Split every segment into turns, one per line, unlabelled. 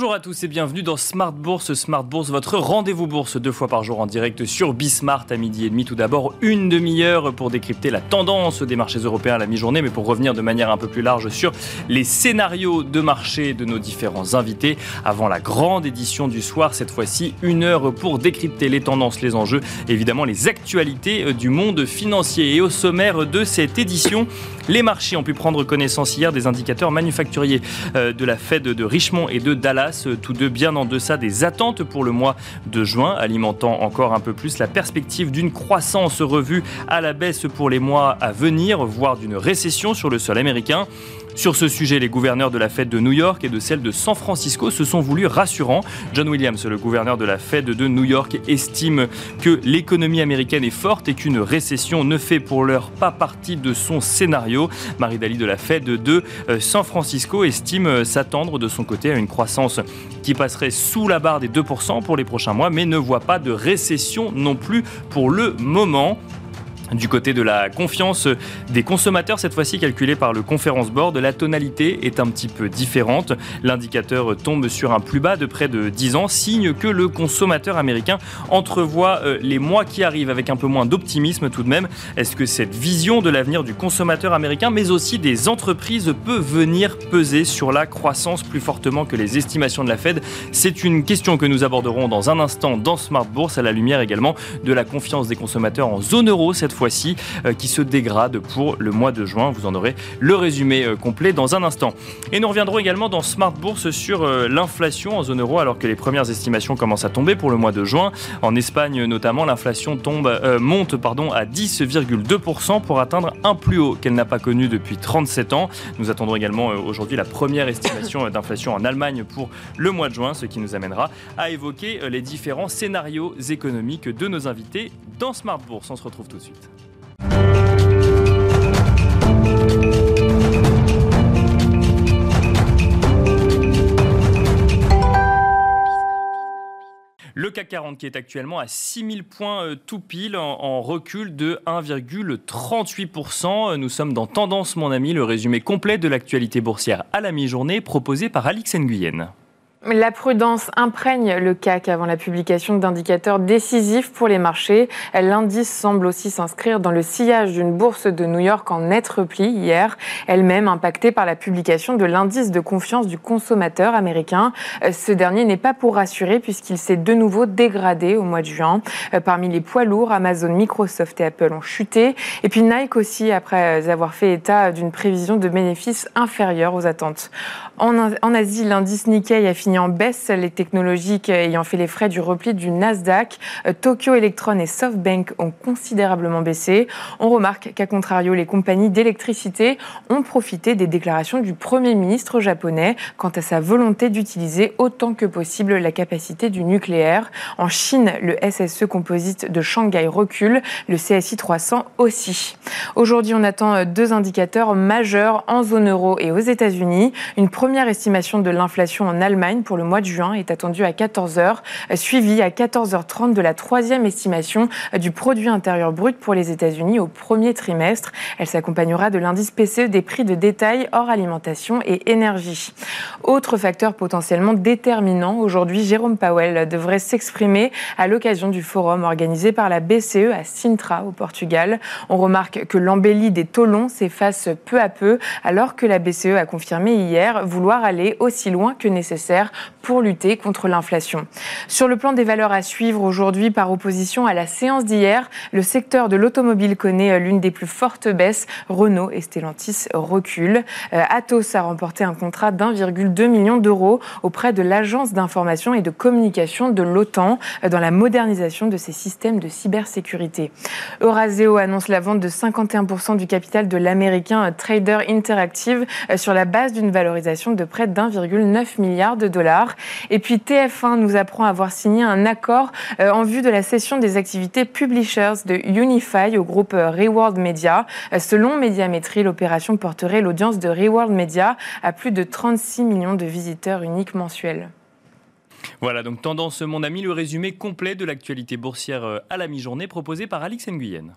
Bonjour à tous et bienvenue dans Smart Bourse. Smart Bourse, votre rendez-vous bourse 2 fois par jour en direct sur Bismart à 12h30. Tout d'abord, une demi-heure pour décrypter la tendance des marchés européens à la mi-journée, mais pour revenir de manière un peu plus large sur les scénarios de marché de nos différents invités. Avant la grande édition du soir, cette fois-ci, 1 heure pour décrypter les tendances, les enjeux, évidemment les actualités du monde financier. Et au sommaire de cette édition, les marchés ont pu prendre connaissance hier des indicateurs manufacturiers de la Fed de Richmond et de Dallas, tous deux bien en deçà des attentes pour le mois de juin, alimentant encore un peu plus la perspective d'une croissance revue à la baisse pour les mois à venir, voire d'une récession sur le sol américain. Sur ce sujet, les gouverneurs de la Fed de New York et de celle de San Francisco se sont voulus rassurants. John Williams, le gouverneur de la Fed de New York, estime que l'économie américaine est forte et qu'une récession ne fait pour l'heure pas partie de son scénario. Marie Daly de la Fed de San Francisco estime s'attendre de son côté à une croissance qui passerait sous la barre des 2% pour les prochains mois, mais ne voit pas de récession non plus pour le moment. Du côté de la confiance des consommateurs, cette fois-ci calculée par le Conference Board, la tonalité est un petit peu différente. L'indicateur tombe sur un plus bas de près de 10 ans, signe que le consommateur américain entrevoit les mois qui arrivent avec un peu moins d'optimisme tout de même. Est-ce que cette vision de l'avenir du consommateur américain, mais aussi des entreprises, peut venir peser sur la croissance plus fortement que les estimations de la Fed ? C'est une question que nous aborderons dans un instant dans Smart Bourse, à la lumière également de la confiance des consommateurs en zone euro cette fois-ci, qui se dégrade pour le mois de juin. Vous en aurez le résumé complet dans un instant. Et nous reviendrons également dans Smart Bourse sur l'inflation en zone euro, alors que les premières estimations commencent à tomber pour le mois de juin. En Espagne notamment, l'inflation monte à 10,2% pour atteindre un plus haut qu'elle n'a pas connu depuis 37 ans. Nous attendons également aujourd'hui la première estimation d'inflation en Allemagne pour le mois de juin, ce qui nous amènera à évoquer les différents scénarios économiques de nos invités dans Smart Bourse. On se retrouve tout de suite. Le CAC 40 qui est actuellement à 6000 points tout pile, en recul de 1,38%. Nous sommes dans Tendance, mon ami, le résumé complet de l'actualité boursière à la mi-journée proposé par Alix Nguyen.
La prudence imprègne le CAC avant la publication d'indicateurs décisifs pour les marchés. L'indice semble aussi s'inscrire dans le sillage d'une bourse de New York en net repli hier, elle-même impactée par la publication de l'indice de confiance du consommateur américain. Ce dernier n'est pas pour rassurer puisqu'il s'est de nouveau dégradé au mois de juin. Parmi les poids lourds, Amazon, Microsoft et Apple ont chuté. Et puis Nike aussi, après avoir fait état d'une prévision de bénéfices inférieure aux attentes. En Asie, l'indice Nikkei a fini en baisse, les technologiques ayant fait les frais du repli du Nasdaq. Tokyo Electron et SoftBank ont considérablement baissé. On remarque qu'à contrario, les compagnies d'électricité ont profité des déclarations du Premier ministre japonais quant à sa volonté d'utiliser autant que possible la capacité du nucléaire. En Chine, le SSE Composite de Shanghai recule, le CSI 300 aussi. Aujourd'hui, on attend 2 indicateurs majeurs en zone euro et aux États-Unis. Une première estimation de l'inflation en Allemagne pour le mois de juin est attendue à 14h, suivie à 14h30 de la 3e estimation du produit intérieur brut pour les États-Unis au premier trimestre. Elle s'accompagnera de l'indice PCE des prix de détail hors alimentation et énergie. Autre facteur potentiellement déterminant, aujourd'hui, Jérôme Powell devrait s'exprimer à l'occasion du forum organisé par la BCE à Sintra au Portugal. On remarque que l'embellie des taux longs s'efface peu à peu alors que la BCE a confirmé hier vouloir aller aussi loin que nécessaire pour lutter contre l'inflation. Sur le plan des valeurs à suivre aujourd'hui, par opposition à la séance d'hier, le secteur de l'automobile connaît l'une des plus fortes baisses. Renault et Stellantis reculent. Atos a remporté un contrat d'1,2 million d'euros auprès de l'Agence d'information et de communication de l'OTAN dans la modernisation de ses systèmes de cybersécurité. Euraseo annonce la vente de 51% du capital de l'américain Trader Interactive sur la base d'une valorisation de près d'1,9 milliard de dollars. Et puis TF1 nous apprend avoir signé un accord en vue de la cession des activités publishers de Unify au groupe Reworld Media. Selon Médiamétrie, l'opération porterait l'audience de Reworld Media à plus de 36 millions de visiteurs uniques mensuels.
Voilà, donc Tendance, mon ami, le résumé complet de l'actualité boursière à la mi-journée proposé par Alix Nguyen.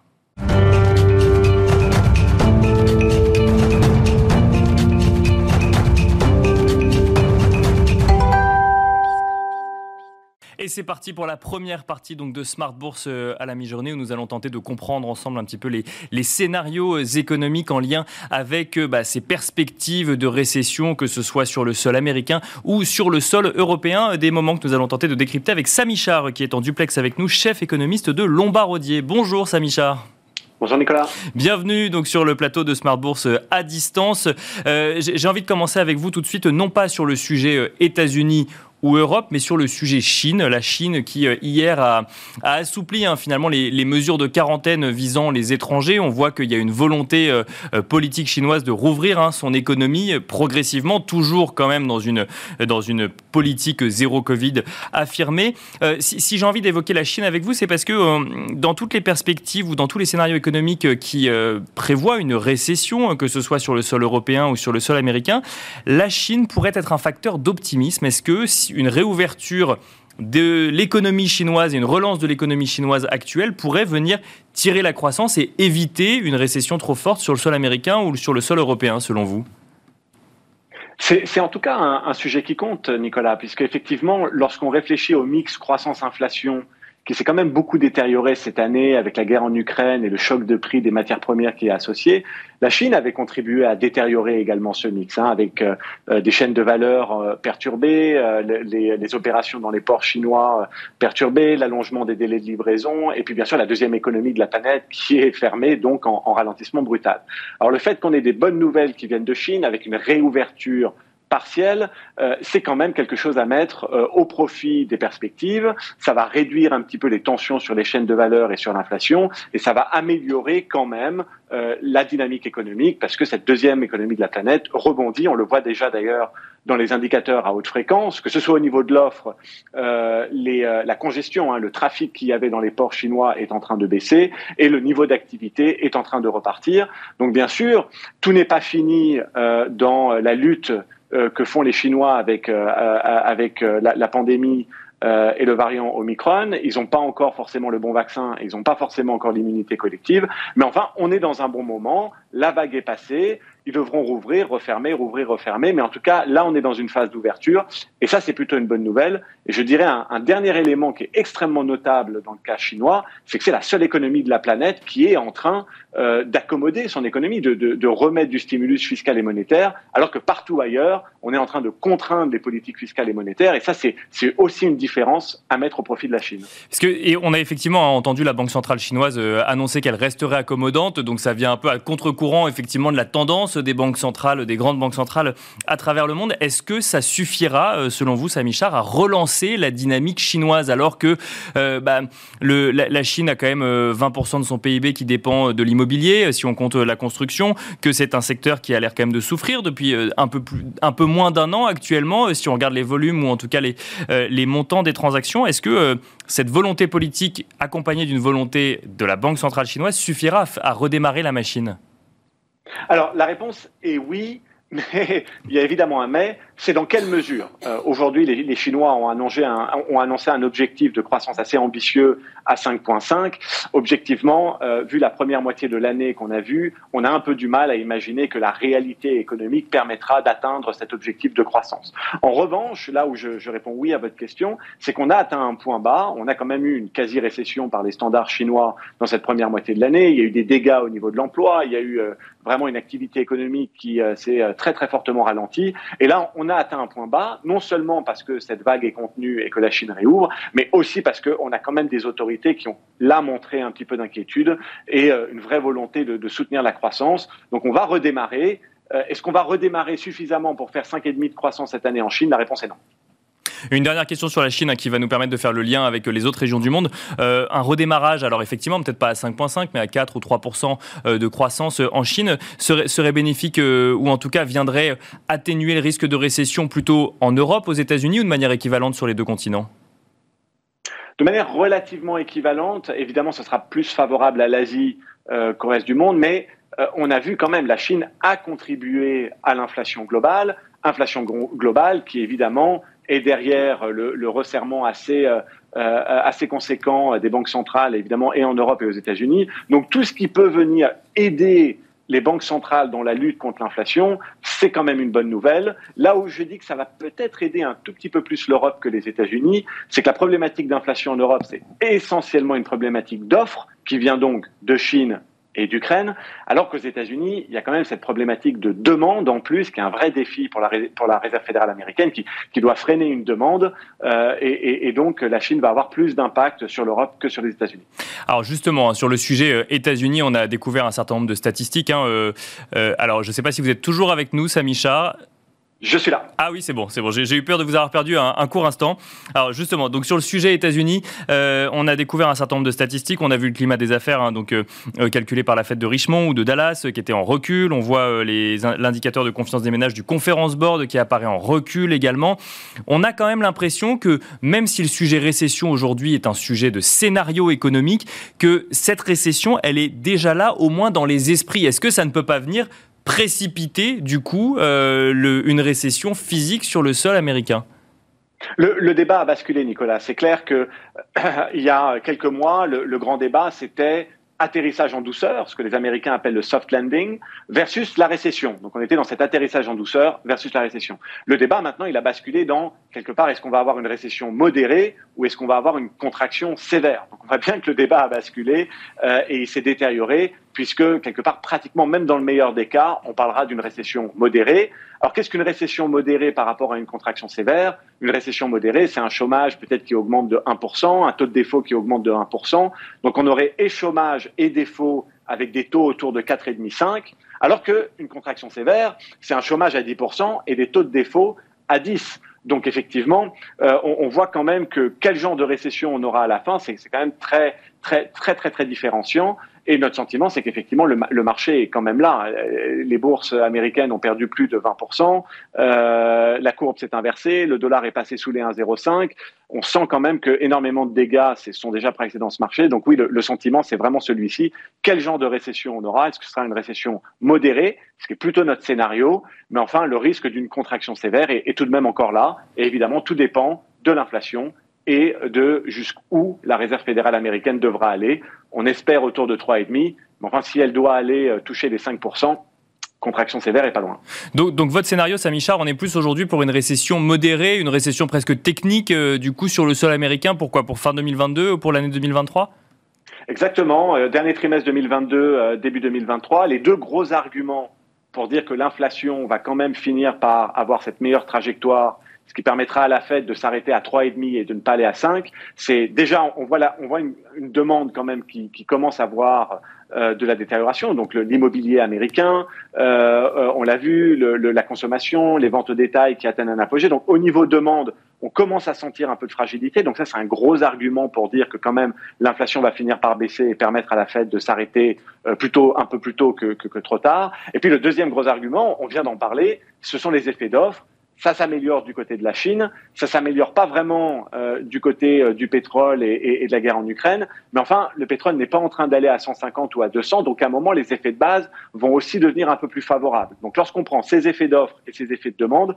Et c'est parti pour la première partie donc, de Smart Bourse à la mi-journée où nous allons tenter de comprendre ensemble un petit peu les scénarios économiques en lien avec ces perspectives de récession, que ce soit sur le sol américain ou sur le sol européen. Des moments que nous allons tenter de décrypter avec Samy Char qui est en duplex avec nous, chef économiste de Lombard Odier. Bonjour Samy Char.
Bonjour Nicolas.
Bienvenue donc sur le plateau de Smart Bourse à distance. J'ai envie de commencer avec vous tout de suite, non pas sur le sujet États-Unis ou Europe, mais sur le sujet Chine. La Chine qui, hier, a assoupli finalement les mesures de quarantaine visant les étrangers. On voit qu'il y a une volonté politique chinoise de rouvrir son économie progressivement, toujours quand même dans une politique zéro Covid affirmée. Si j'ai envie d'évoquer la Chine avec vous, c'est parce que dans toutes les perspectives ou dans tous les scénarios économiques qui prévoient une récession, que ce soit sur le sol européen ou sur le sol américain, la Chine pourrait être un facteur d'optimisme. Est-ce que une réouverture de l'économie chinoise et une relance de l'économie chinoise actuelle pourrait venir tirer la croissance et éviter une récession trop forte sur le sol américain ou sur le sol européen, selon vous ?
C'est en tout cas un sujet qui compte, Nicolas, puisque effectivement, lorsqu'on réfléchit au mix croissance-inflation, qui s'est quand même beaucoup détérioré cette année avec la guerre en Ukraine et le choc de prix des matières premières qui est associé, la Chine avait contribué à détériorer également ce mix, avec des chaînes de valeur perturbées, les opérations dans les ports chinois perturbées, l'allongement des délais de livraison, et puis bien sûr la deuxième économie de la planète qui est fermée, donc en ralentissement brutal. Alors le fait qu'on ait des bonnes nouvelles qui viennent de Chine avec une réouverture partielle, c'est quand même quelque chose à mettre au profit des perspectives. Ça va réduire un petit peu les tensions sur les chaînes de valeur et sur l'inflation, et ça va améliorer quand même la dynamique économique, parce que cette deuxième économie de la planète rebondit. On le voit déjà d'ailleurs dans les indicateurs à haute fréquence, que ce soit au niveau de l'offre, la congestion, le trafic qu'il y avait dans les ports chinois est en train de baisser, et le niveau d'activité est en train de repartir. Donc bien sûr, tout n'est pas fini dans la lutte que font les Chinois avec la pandémie et le variant Omicron. Ils n'ont pas encore forcément le bon vaccin, ils n'ont pas forcément encore l'immunité collective, mais enfin, on est dans un bon moment, la vague est passée, ils devront rouvrir, refermer, mais en tout cas, là, on est dans une phase d'ouverture, et ça, c'est plutôt une bonne nouvelle. Et je dirais un dernier élément qui est extrêmement notable dans le cas chinois, c'est que c'est la seule économie de la planète qui est en train d'accommoder son économie, de remettre du stimulus fiscal et monétaire, alors que partout ailleurs, on est en train de contraindre les politiques fiscales et monétaires, et ça, c'est aussi une différence à mettre au profit de la Chine.
Et on a effectivement entendu la Banque centrale chinoise annoncer qu'elle resterait accommodante, donc ça vient un peu à contre-courant, effectivement, de la tendance des banques centrales, des grandes banques centrales à travers le monde. Est-ce que ça suffira, selon vous, Samy Char, à relancer la dynamique chinoise, alors que la Chine a quand même 20% de son PIB qui dépend de l'immobilier, si on compte la construction, que c'est un secteur qui a l'air quand même de souffrir depuis un peu moins d'un an actuellement, si on regarde les volumes ou en tout cas les montants des transactions. Est-ce que cette volonté politique accompagnée d'une volonté de la Banque centrale chinoise suffira à redémarrer la machine ?
Alors, la réponse est oui, mais il y a évidemment un mais. C'est dans quelle mesure ? Aujourd'hui, les Chinois ont annoncé un objectif de croissance assez ambitieux à 5,5. Objectivement, vu la première moitié de l'année qu'on a vue, on a un peu du mal à imaginer que la réalité économique permettra d'atteindre cet objectif de croissance. En revanche, là où je réponds oui à votre question, c'est qu'on a atteint un point bas. On a quand même eu une quasi-récession par les standards chinois dans cette première moitié de l'année. Il y a eu des dégâts au niveau de l'emploi. Il y a eu vraiment une activité économique qui s'est très très fortement ralentie. Et là, on a atteint un point bas, non seulement parce que cette vague est contenue et que la Chine réouvre, mais aussi parce qu'on a quand même des autorités qui ont là montré un petit peu d'inquiétude et une vraie volonté de soutenir la croissance. Donc on va redémarrer. Est-ce qu'on va redémarrer suffisamment pour faire 5,5 de croissance cette année en Chine ? La réponse est non.
Une dernière question sur la Chine qui va nous permettre de faire le lien avec les autres régions du monde. Un redémarrage, alors effectivement, peut-être pas à 5,5, mais à 4 ou 3% de croissance en Chine serait bénéfique ou en tout cas viendrait atténuer le risque de récession plutôt en Europe, aux États-Unis ou de manière équivalente sur les deux continents ?
De manière relativement équivalente, évidemment, ce sera plus favorable à l'Asie qu'au reste du monde, mais on a vu quand même la Chine a contribué à l'inflation globale qui évidemment est derrière le resserrement assez conséquent des banques centrales, évidemment, et en Europe et aux États-Unis. Donc tout ce qui peut venir aider les banques centrales dans la lutte contre l'inflation, c'est quand même une bonne nouvelle. Là où je dis que ça va peut-être aider un tout petit peu plus l'Europe que les États-Unis, c'est que la problématique d'inflation en Europe, c'est essentiellement une problématique d'offre qui vient donc de Chine et d'Ukraine, alors qu'aux États-Unis, il y a quand même cette problématique de demande en plus, qui est un vrai défi pour la Réserve fédérale américaine, qui doit freiner une demande, et donc la Chine va avoir plus d'impact sur l'Europe que sur les États-Unis.
Alors justement, sur le sujet États-Unis, on a découvert un certain nombre de statistiques. Alors je ne sais pas si vous êtes toujours avec nous, Samy-Char.
Je suis là.
Ah oui, c'est bon. J'ai eu peur de vous avoir perdu un court instant. Alors justement, donc sur le sujet États-Unis, on a découvert un certain nombre de statistiques. On a vu le climat des affaires, calculé par la Fed de Richmond ou de Dallas, qui était en recul. On voit l'indicateur de confiance des ménages du Conference Board qui apparaît en recul également. On a quand même l'impression que, même si le sujet récession aujourd'hui est un sujet de scénario économique, que cette récession, elle est déjà là, au moins dans les esprits. Est-ce que ça ne peut pas venir précipiter, du coup, une récession physique sur le sol américain?
Le débat a basculé, Nicolas. C'est clair que il y a quelques mois, le grand débat, c'était atterrissage en douceur, ce que les Américains appellent le soft landing, versus la récession. Donc on était dans cet atterrissage en douceur versus la récession. Le débat maintenant, il a basculé dans, quelque part, est-ce qu'on va avoir une récession modérée ou est-ce qu'on va avoir une contraction sévère? Donc on voit bien que le débat a basculé et il s'est détérioré, puisque quelque part, pratiquement, même dans le meilleur des cas, on parlera d'une récession modérée. Alors qu'est-ce qu'une récession modérée par rapport à une contraction sévère? Une récession modérée, c'est un chômage peut-être qui augmente de 1%, un taux de défaut qui augmente de 1%. Donc on aurait et chômage et défaut avec des taux autour de 4,5-5, alors qu'une contraction sévère, c'est un chômage à 10% et des taux de défaut à 10%. Donc effectivement, on voit quand même que quel genre de récession on aura à la fin, c'est quand même très différenciant. Et notre sentiment, c'est qu'effectivement, le marché est quand même là. Les bourses américaines ont perdu plus de 20%. La courbe s'est inversée. Le dollar est passé sous les 1,05. On sent quand même que énormément de dégâts sont déjà précédés dans ce marché. Donc oui, le sentiment, c'est vraiment celui-ci. Quel genre de récession on aura? Est-ce que ce sera une récession modérée, ce qui est plutôt notre scénario? Mais enfin, le risque d'une contraction sévère est tout de même encore là. Et évidemment, tout dépend de l'inflation et de jusqu'où la Réserve fédérale américaine devra aller. On espère autour de 3,5, mais enfin, si elle doit aller toucher les 5%, contraction sévère est pas loin.
Donc votre scénario, Samy-Char, on est plus aujourd'hui pour une récession modérée, une récession presque technique, du coup, sur le sol américain. Pourquoi? Pour fin 2022 ou pour l'année 2023?
Exactement. Dernier trimestre 2022, début 2023. Les deux gros arguments pour dire que l'inflation va quand même finir par avoir cette meilleure trajectoire, ce qui permettra à la Fed de s'arrêter à 3,5 et de ne pas aller à 5. C'est déjà, on voit une demande quand même qui commence à voir de la détérioration. Donc l'immobilier américain, on l'a vu, la consommation, les ventes au détail qui atteignent un apogée. Donc au niveau demande, on commence à sentir un peu de fragilité. Donc ça, c'est un gros argument pour dire que quand même l'inflation va finir par baisser et permettre à la Fed de s'arrêter un peu plus tôt que trop tard. Et puis le deuxième gros argument, on vient d'en parler, ce sont les effets d'offre. Ça s'améliore du côté de la Chine, ça s'améliore pas vraiment du côté du pétrole et de la guerre en Ukraine, mais enfin, le pétrole n'est pas en train d'aller à 150 ou à 200, donc à un moment, les effets de base vont aussi devenir un peu plus favorables. Donc lorsqu'on prend ces effets d'offre et ces effets de demande,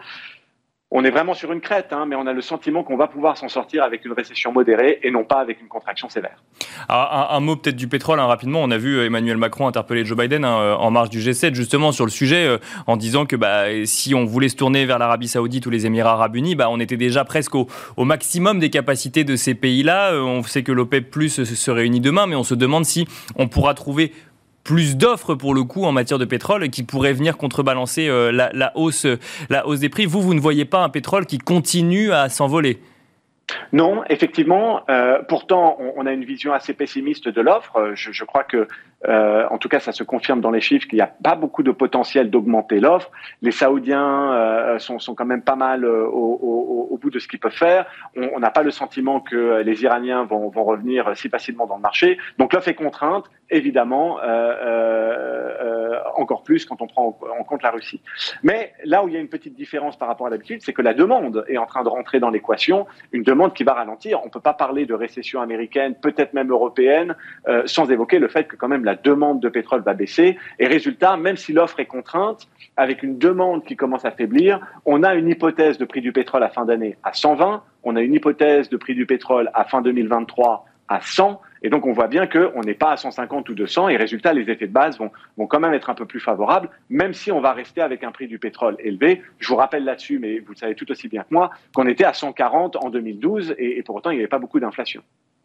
on est vraiment sur une crête, mais on a le sentiment qu'on va pouvoir s'en sortir avec une récession modérée et non pas avec une contraction sévère.
Alors, un mot peut-être du pétrole, rapidement. On a vu Emmanuel Macron interpeller Joe Biden en marge du G7, justement sur le sujet, en disant que si on voulait se tourner vers l'Arabie Saoudite ou les Émirats Arabes Unis, on était déjà presque au maximum des capacités de ces pays-là. On sait que l'OPEP+ se réunit demain, mais on se demande si on pourra trouver plus d'offres pour le coup en matière de pétrole qui pourraient venir contrebalancer la hausse des prix. Vous ne voyez pas un pétrole qui continue à s'envoler?
Non, effectivement. Pourtant, on a une vision assez pessimiste de l'offre. Je crois que, en tout cas, ça se confirme dans les chiffres qu'il n'y a pas beaucoup de potentiel d'augmenter l'offre. Les Saoudiens sont quand même pas mal au bout de ce qu'ils peuvent faire. On n'a pas le sentiment que les Iraniens vont revenir si facilement dans le marché. Donc l'offre est contrainte, évidemment, encore plus quand on prend en compte la Russie. Mais là où il y a une petite différence par rapport à l'habitude, c'est que la demande est en train de rentrer dans l'équation, une demande qui va ralentir. On ne peut pas parler de récession américaine, peut-être même européenne, sans évoquer le fait que quand même la demande de pétrole va baisser. Et résultat, même si l'offre est contrainte, avec une demande qui commence à faiblir, on a une hypothèse de prix du pétrole à fin d'année à 120, on a une hypothèse de prix du pétrole à fin 2023 à 100, Et donc, on voit bien qu'on n'est pas à 150 ou 200 et résultat, les effets de base vont quand même être un peu plus favorables, même si on va rester avec un prix du pétrole élevé. Je vous rappelle là-dessus, mais vous le savez tout aussi bien que moi, qu'on était à 140 en 2012 et pour autant, il n'y avait pas beaucoup d'inflation.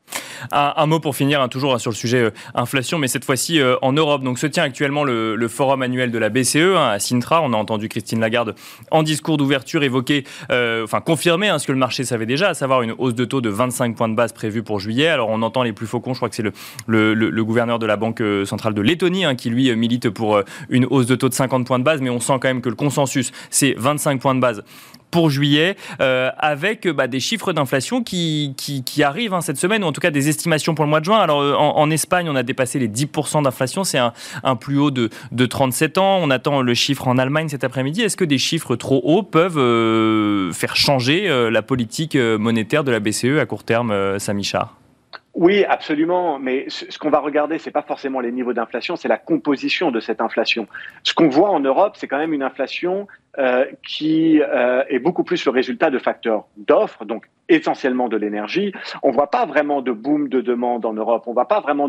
Un mot pour finir, toujours sur le sujet inflation, mais cette fois-ci en Europe. Donc se tient actuellement le forum annuel de la BCE à Sintra. On a entendu Christine Lagarde en discours d'ouverture évoquer, confirmer ce que le marché savait déjà, à savoir une hausse de taux de 25 points de base prévue pour juillet. Alors on entend les plus faucons, je crois que c'est le gouverneur de la Banque centrale de Lettonie qui lui milite pour une hausse de taux de 50 points de base, mais on sent quand même que le consensus c'est 25 points de base pour juillet, avec des chiffres d'inflation qui arrivent cette semaine, ou en tout cas des estimations pour le mois de juin. Alors en Espagne, on a dépassé les 10% d'inflation, c'est un plus haut de 37 ans. On attend le chiffre en Allemagne cet après-midi. Est-ce que des chiffres trop hauts peuvent faire changer la politique monétaire de la BCE à court terme, Samy Char ?
Oui, absolument. Mais ce qu'on va regarder, c'est pas forcément les niveaux d'inflation, c'est la composition de cette inflation. Ce qu'on voit en Europe, c'est quand même une inflation qui est beaucoup plus le résultat de facteurs d'offres, donc essentiellement de l'énergie. On voit pas vraiment de boom de demande en Europe. On voit pas vraiment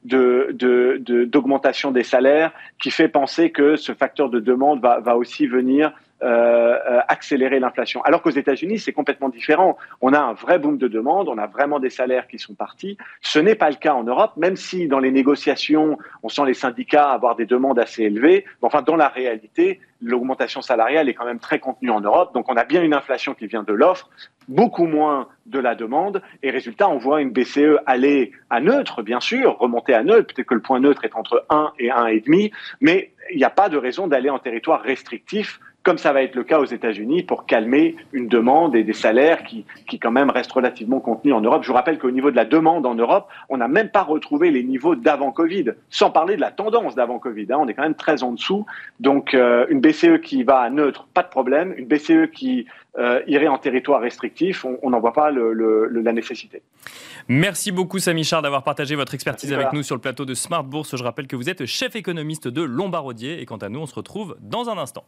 d'augmentation des salaires qui fait penser que ce facteur de demande va aussi venir accélérer l'inflation. Alors qu'aux États-Unis, c'est complètement différent. On a un vrai boom de demande, on a vraiment des salaires qui sont partis. Ce n'est pas le cas en Europe, même si dans les négociations, on sent les syndicats avoir des demandes assez élevées. Enfin, dans la réalité, l'augmentation salariale est quand même très contenue en Europe. Donc, on a bien une inflation qui vient de l'offre, beaucoup moins de la demande. Et résultat, on voit une BCE aller à neutre, bien sûr, remonter à neutre. Peut-être que le point neutre est entre 1 et 1,5, mais il n'y a pas de raison d'aller en territoire restrictif, comme ça va être le cas aux États-Unis, pour calmer une demande et des salaires qui quand même restent relativement contenus en Europe. Je vous rappelle qu'au niveau de la demande en Europe, on n'a même pas retrouvé les niveaux d'avant Covid, sans parler de la tendance d'avant Covid. On est quand même très en dessous. Donc, une BCE qui va à neutre, pas de problème. Une BCE qui irait en territoire restrictif, on n'en voit pas la nécessité.
Merci beaucoup Samy Char d'avoir partagé votre expertise avec nous sur le plateau de Smart Bourse. Je rappelle que vous êtes chef économiste de Lombardier et quant à nous, on se retrouve dans un instant.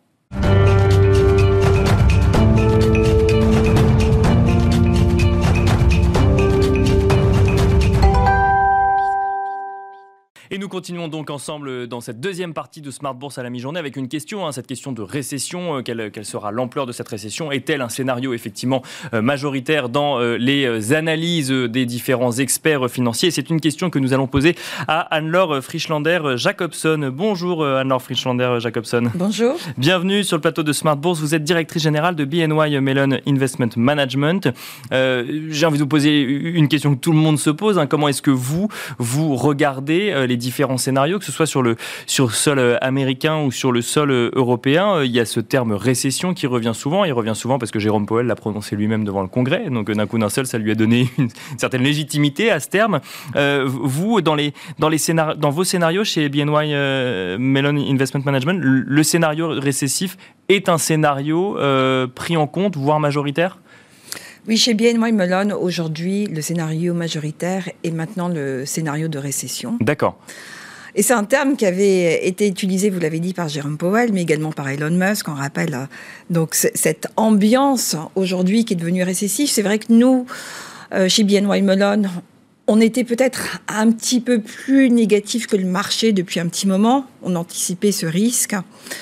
Et nous continuons donc ensemble dans cette deuxième partie de Smart Bourse à la mi-journée avec une question, cette question de récession. Quelle sera l'ampleur de cette récession ? Est-elle un scénario effectivement majoritaire dans les analyses des différents experts financiers ? C'est une question que nous allons poser à Anne-Laure Frischlander-Jacobson. Bonjour Anne-Laure Frischlander-Jacobson.
Bonjour. Bienvenue
sur le plateau de Smart Bourse. Vous êtes directrice générale de BNY Mellon Investment Management. J'ai envie de vous poser une question que tout le monde se pose. Comment est-ce que vous regardez les différents scénarios, que ce soit sur le sol américain ou sur le sol européen? Il y a ce terme récession qui revient souvent. Il revient souvent parce que Jérôme Powell l'a prononcé lui-même devant le Congrès. Donc d'un coup d'un seul, ça lui a donné une certaine légitimité à ce terme. Vous, dans vos scénarios chez BNY Mellon Investment Management, le scénario récessif est un scénario pris en compte, voire majoritaire ?
Oui, chez BNY Mellon, aujourd'hui, le scénario majoritaire est maintenant le scénario de récession.
D'accord.
Et c'est un terme qui avait été utilisé, vous l'avez dit, par Jérôme Powell, mais également par Elon Musk. On rappelle donc cette ambiance aujourd'hui qui est devenue récessive. C'est vrai que nous, chez BNY Mellon, on était peut-être un petit peu plus négatif que le marché depuis un petit moment. On anticipait ce risque.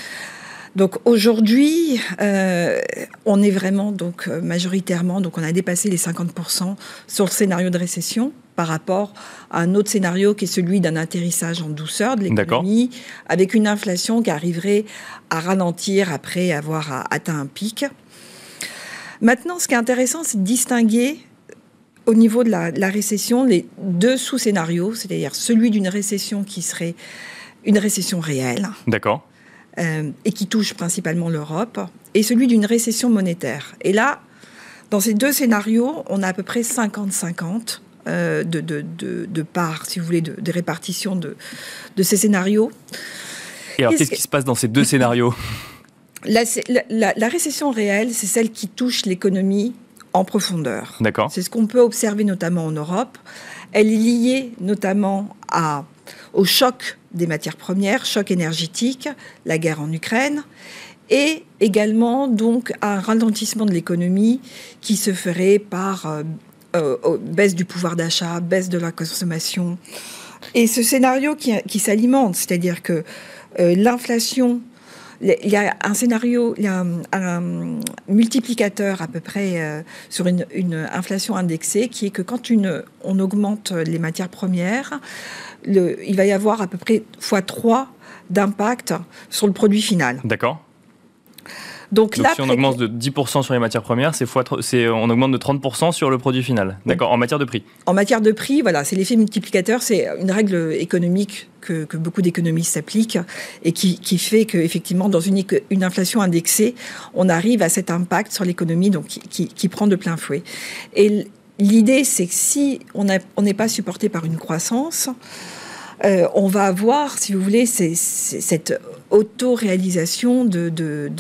Donc aujourd'hui, on est vraiment majoritairement, on a dépassé les 50% sur le scénario de récession par rapport à un autre scénario qui est celui d'un atterrissage en douceur de l'économie, avec une inflation qui arriverait à ralentir après avoir atteint un pic. Maintenant, ce qui est intéressant, c'est de distinguer au niveau de la récession les deux sous-scénarios, c'est-à-dire celui d'une récession qui serait une récession réelle.
D'accord.
Et qui touche principalement l'Europe, et celui d'une récession monétaire. Et là, dans ces deux scénarios, on a à peu près 50-50 de parts, si vous voulez, de répartition de ces scénarios.
Et alors, qu'est-ce qui se passe dans ces deux scénarios ?
La récession réelle, c'est celle qui touche l'économie en profondeur.
D'accord.
C'est ce qu'on peut observer notamment en Europe. Elle est liée notamment au choc des matières premières, choc énergétique, la guerre en Ukraine, et également donc un ralentissement de l'économie qui se ferait par baisse du pouvoir d'achat, baisse de la consommation. Et ce scénario qui s'alimente, c'est-à-dire que l'inflation, il y a un scénario, il y a un multiplicateur à peu près sur une inflation indexée qui est que quand on augmente les matières premières, il va y avoir à peu près x3 d'impact sur le produit final.
D'accord.
Donc là,
si on augmente de 10% sur les matières premières, on augmente de 30% sur le produit final. D'accord, en matière de prix.
En matière de prix, voilà, c'est l'effet multiplicateur, c'est une règle économique que beaucoup d'économistes appliquent et qui fait qu'effectivement, dans une inflation indexée, on arrive à cet impact sur l'économie donc, qui prend de plein fouet. Et l'idée, c'est que si on n'est pas supporté par une croissance, on va avoir, si vous voulez, cette auto-réalisation de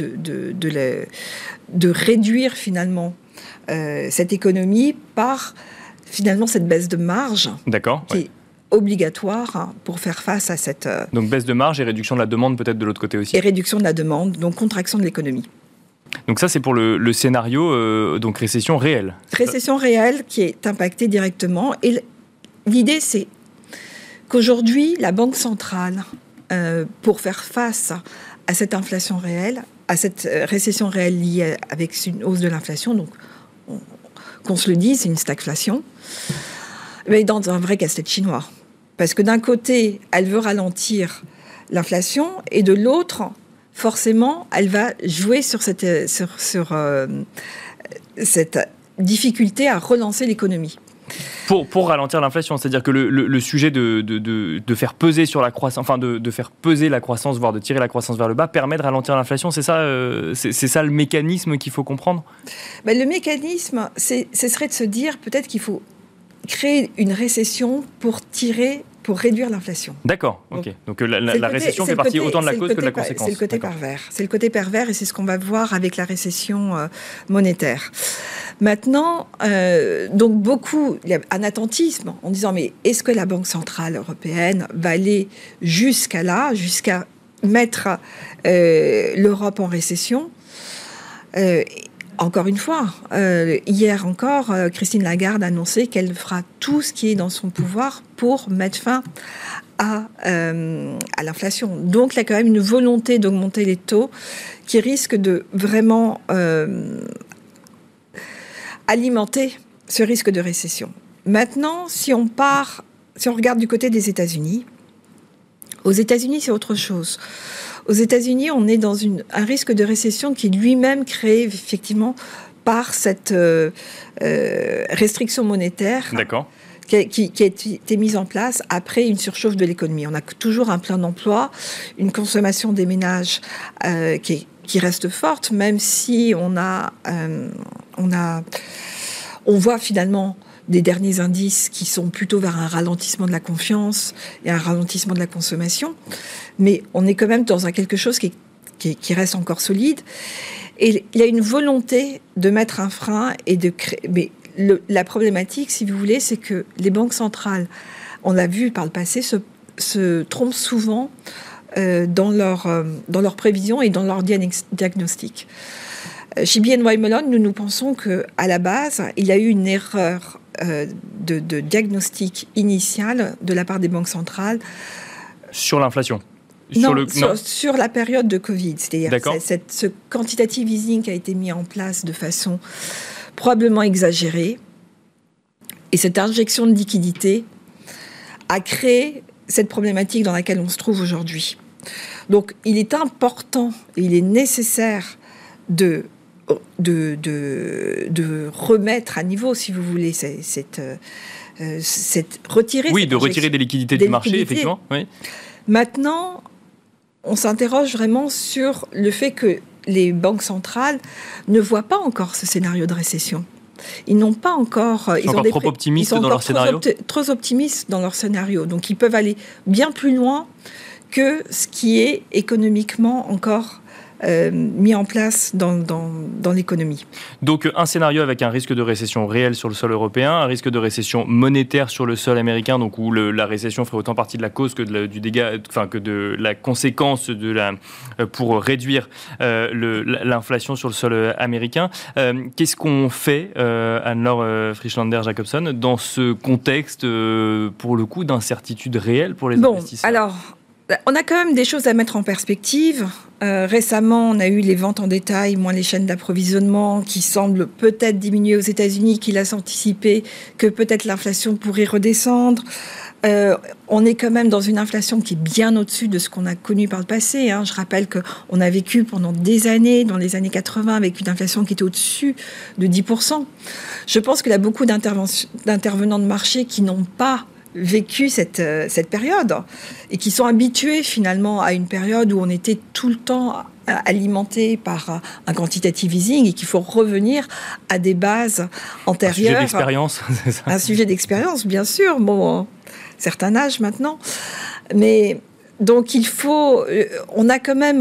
réduire finalement cette économie par finalement cette baisse de marge qui est obligatoire pour faire face à cette...
Donc baisse de marge et réduction de la demande peut-être de l'autre côté aussi.
Et réduction de la demande, donc contraction de l'économie.
Donc ça, c'est pour le scénario, donc récession réelle.
Récession réelle qui est impactée directement. Et l'idée, c'est qu'aujourd'hui, la Banque centrale, pour faire face à cette inflation réelle, à cette récession réelle liée avec une hausse de l'inflation, donc qu'on se le dise, c'est une stagflation, mais dans un vrai casse-tête chinois. Parce que d'un côté, elle veut ralentir l'inflation, et de l'autre, forcément, elle va jouer sur cette difficulté à relancer l'économie.
Pour ralentir l'inflation, c'est-à-dire que le sujet de faire peser sur la croissance, enfin de faire peser la croissance, voire de tirer la croissance vers le bas, permet de ralentir l'inflation. C'est ça le mécanisme qu'il faut comprendre.
Le mécanisme, ce serait de se dire peut-être qu'il faut créer une récession pour réduire l'inflation.
D'accord, ok. Donc la récession fait partie autant de la cause que de la conséquence.
C'est le côté pervers. C'est le côté pervers et c'est ce qu'on va voir avec la récession monétaire. Maintenant, donc il y a un attentisme en disant mais est-ce que la Banque centrale européenne va aller jusqu'à mettre l'Europe en récession Encore une fois, hier encore, Christine Lagarde a annoncé qu'elle fera tout ce qui est dans son pouvoir pour mettre fin à l'inflation. Donc, il y a quand même une volonté d'augmenter les taux qui risque de vraiment alimenter ce risque de récession. Maintenant, si on regarde du côté des États-Unis, aux États-Unis, c'est autre chose. Aux États-Unis, on est dans un risque de récession qui est lui-même créé effectivement par cette restriction monétaire qui a été mise en place après une surchauffe de l'économie. On a toujours un plein d'emploi, une consommation des ménages qui reste forte, même si on voit finalement des derniers indices qui sont plutôt vers un ralentissement de la confiance et un ralentissement de la consommation. Mais on est quand même dans quelque chose qui reste encore solide. Et il y a une volonté de mettre un frein et de créer... Mais la problématique, si vous voulez, c'est que les banques centrales, on l'a vu par le passé, se trompent souvent dans leurs prévisions et dans leur diagnostic. Chez BNY Mellon, nous pensons qu'à la base, il y a eu une erreur de diagnostic initial de la part des banques centrales.
Sur l'inflation
sur la période de Covid. C'est-à-dire ce quantitative easing a été mis en place de façon probablement exagérée. Et cette injection de liquidité a créé cette problématique dans laquelle on se trouve aujourd'hui. Donc, il est important et il est nécessaire de remettre à niveau, si vous voulez,
retirer des liquidités du marché, effectivement. Oui.
Maintenant, on s'interroge vraiment sur le fait que les banques centrales ne voient pas encore ce scénario de récession. Ils n'ont pas encore...
Ils sont trop optimistes dans leur scénario.
Trop optimistes dans leur scénario. Donc, ils peuvent aller bien plus loin que ce qui est économiquement encore mis en place dans l'économie.
Donc un scénario avec un risque de récession réel sur le sol européen, un risque de récession monétaire sur le sol américain, donc où la récession ferait autant partie de la cause que du dégât, que de la conséquence pour réduire l'inflation sur le sol américain. Qu'est-ce qu'on fait, Anne-Laure Frischlander-Jacobson, dans ce contexte, pour le coup, d'incertitude réelle pour les investisseurs?
Alors, on a quand même des choses à mettre en perspective. Récemment, on a eu les ventes en détail, moins les chaînes d'approvisionnement, qui semblent peut-être diminuer aux États-Unis, qui laissent anticiper que peut-être l'inflation pourrait redescendre. On est quand même dans une inflation qui est bien au-dessus de ce qu'on a connu par le passé. Je rappelle qu'on a vécu pendant des années, dans les années 80, avec une inflation qui était au-dessus de 10%. Je pense qu'il y a beaucoup d'intervenants de marché qui n'ont pas vécu cette période et qui sont habitués finalement à une période où on était tout le temps alimenté par un quantitative easing et qu'il faut revenir à des bases antérieures.
Un sujet d'expérience, c'est ça ?
Un sujet d'expérience, bien sûr. Bon, certain âge maintenant. Mais donc on a quand même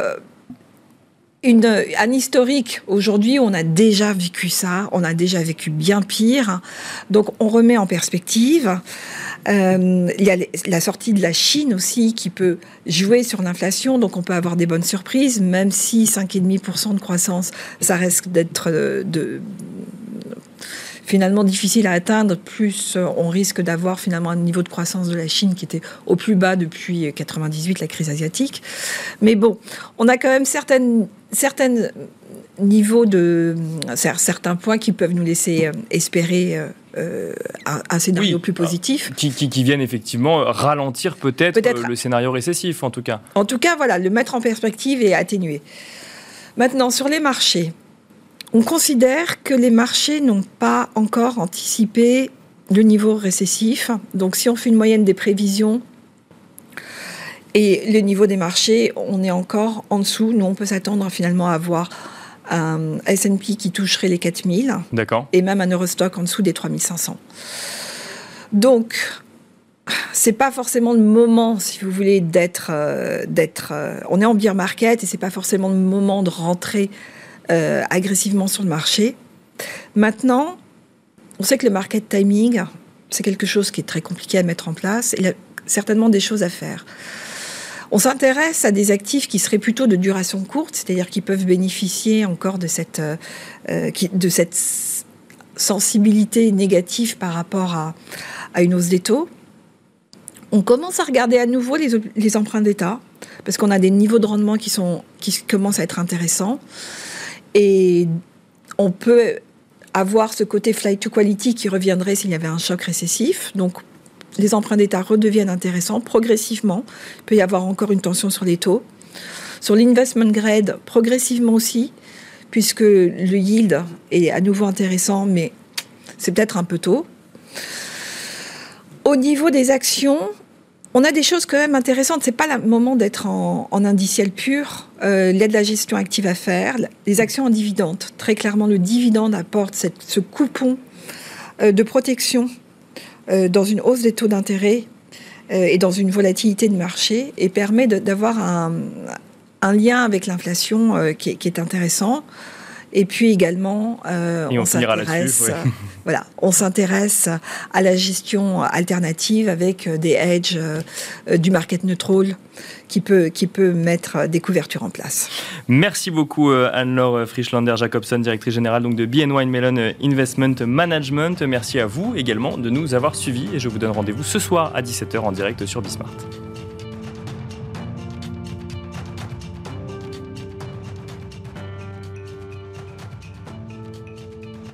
un historique aujourd'hui où on a déjà vécu ça, on a déjà vécu bien pire. Donc on remet en perspective. Il y a la sortie de la Chine aussi qui peut jouer sur l'inflation, donc on peut avoir des bonnes surprises, même si 5,5% de croissance, ça risque d'être finalement difficile à atteindre, plus on risque d'avoir finalement un niveau de croissance de la Chine qui était au plus bas depuis 98, la crise asiatique. Mais bon, on a quand même certains niveaux certains points qui peuvent nous laisser espérer un scénario plus positif.
Qui viennent effectivement ralentir peut-être le scénario récessif, en tout cas.
En tout cas, voilà, le mettre en perspective et atténuer. Maintenant, sur les marchés, on considère que les marchés n'ont pas encore anticipé le niveau récessif. Donc, si on fait une moyenne des prévisions et le niveau des marchés, on est encore en dessous. Nous, on peut s'attendre finalement à avoir un S&P qui toucherait les 4000.
D'accord.
Et même un Eurostock en dessous des 3500. Donc, c'est pas forcément le moment, si vous voulez, on est en bear market et c'est pas forcément le moment de rentrer agressivement sur le marché. Maintenant, on sait que le market timing, c'est quelque chose qui est très compliqué à mettre en place et il y a certainement des choses à faire. On s'intéresse à des actifs qui seraient plutôt de duration courte, c'est-à-dire qui peuvent bénéficier encore de cette sensibilité négative par rapport à une hausse des taux. On commence à regarder à nouveau les emprunts d'État, parce qu'on a des niveaux de rendement qui commencent à être intéressants. Et on peut avoir ce côté flight to quality qui reviendrait s'il y avait un choc récessif. Donc, les emprunts d'État redeviennent intéressants progressivement. Il peut y avoir encore une tension sur les taux. Sur l'investment grade, progressivement aussi, puisque le yield est à nouveau intéressant, mais c'est peut-être un peu tôt. Au niveau des actions, on a des choses quand même intéressantes. C'est pas le moment d'être en indiciel pur. Il y a de la gestion active à faire. Les actions en dividende. Très clairement, le dividende apporte ce coupon de protection dans une hausse des taux d'intérêt et dans une volatilité de marché et permet d'avoir un lien avec l'inflation qui est intéressant. Et puis également, on s'intéresse à la gestion alternative avec des hedges du market neutral qui peut mettre des couvertures en place.
Merci beaucoup Anne-Laure Frischlander-Jacobson, directrice générale donc de BNY Mellon Investment Management. Merci à vous également de nous avoir suivis et je vous donne rendez-vous ce soir à 17h en direct sur Bismart.